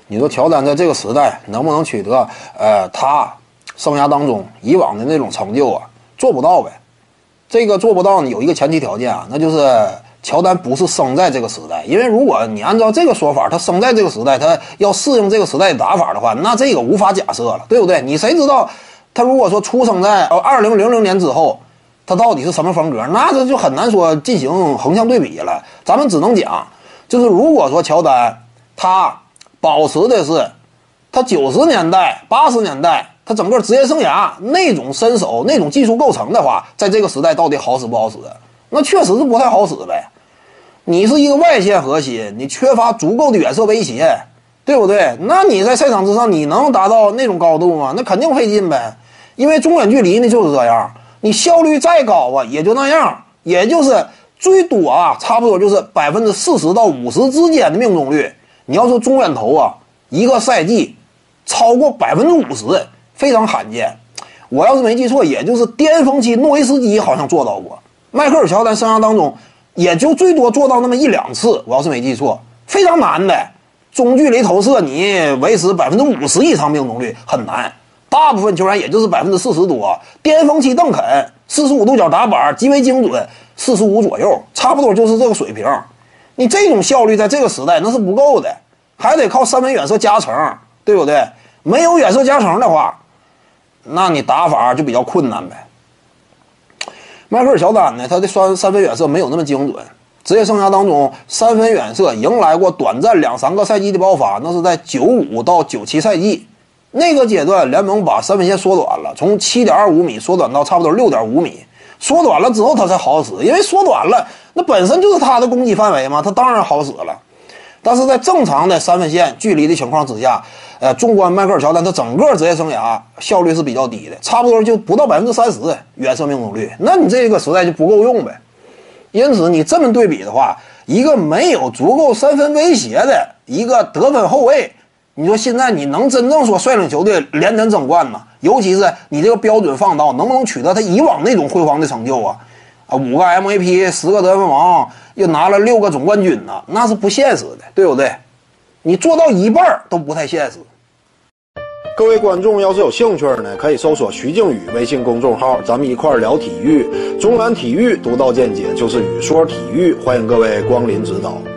你说乔丹在这个时代能不能取得他生涯当中以往的那种成就啊？做不到呗。这个做不到呢，有一个前提条件啊，那就是乔丹不是生在这个时代。因为如果你按照这个说法，他生在这个时代，他要适应这个时代的打法的话，那这个无法假设了，对不对？你谁知道他如果说出生在2000年之后，他到底是什么风格？那这就很难说进行横向对比了。咱们只能讲，就是如果说乔丹他保持的是他90年代、80年代他整个职业生涯那种身手、那种技术构成的话，在这个时代到底好使不好使？那确实是不太好使呗。你是一个外线核心，你缺乏足够的远射威胁，对不对？那你在赛场之上你能达到那种高度吗？那肯定费劲呗。因为中远距离呢就是这样，你效率再高啊也就那样，也就是最多啊差不多就是40%到50%之间的命中率。你要说中远投啊，一个赛季超过50%，非常罕见。我要是没记错，也就是巅峰期诺维斯基好像做到过，迈克尔乔丹生涯当中也就最多做到那么1-2次，我要是没记错，非常难的。中距离投射你维持50%以上命中率很难，大部分球员也就是40%多。巅峰期邓肯45度角打板极为精准，45左右，差不多就是这个水平。你这种效率在这个时代那是不够的，还得靠三分远射加成，对不对？没有远射加成的话，那你打法就比较困难呗。迈克尔乔丹呢，他的三分远射没有那么精准。职业生涯当中，三分远射迎来过短暂2-3个赛季的爆发，那是在95到97赛季。那个阶段，联盟把三分线缩短了，从7.25米缩短到差不多6.5米。缩短了之后，他才好使，因为缩短了，那本身就是他的攻击范围嘛，他当然好使了。但是在正常的三分线距离的情况之下，纵观迈克尔乔丹他整个职业生涯效率是比较低的，差不多就不到30%远射命中率，那你这个时代就不够用呗。因此你这么对比的话，一个没有足够三分威胁的一个得分后卫，你说现在你能真正说率领球队连连争冠吗？尤其是你这个标准放到能不能取得他以往那种辉煌的成就啊？5个 MVP， 10个得分王，又拿了6个总冠军呢，那是不现实的，对不对？你做到一半都不太现实。各位观众要是有兴趣呢，可以搜索徐静宇微信公众号，咱们一块聊体育。中原体育独到见解就是语说体育，欢迎各位光临指导。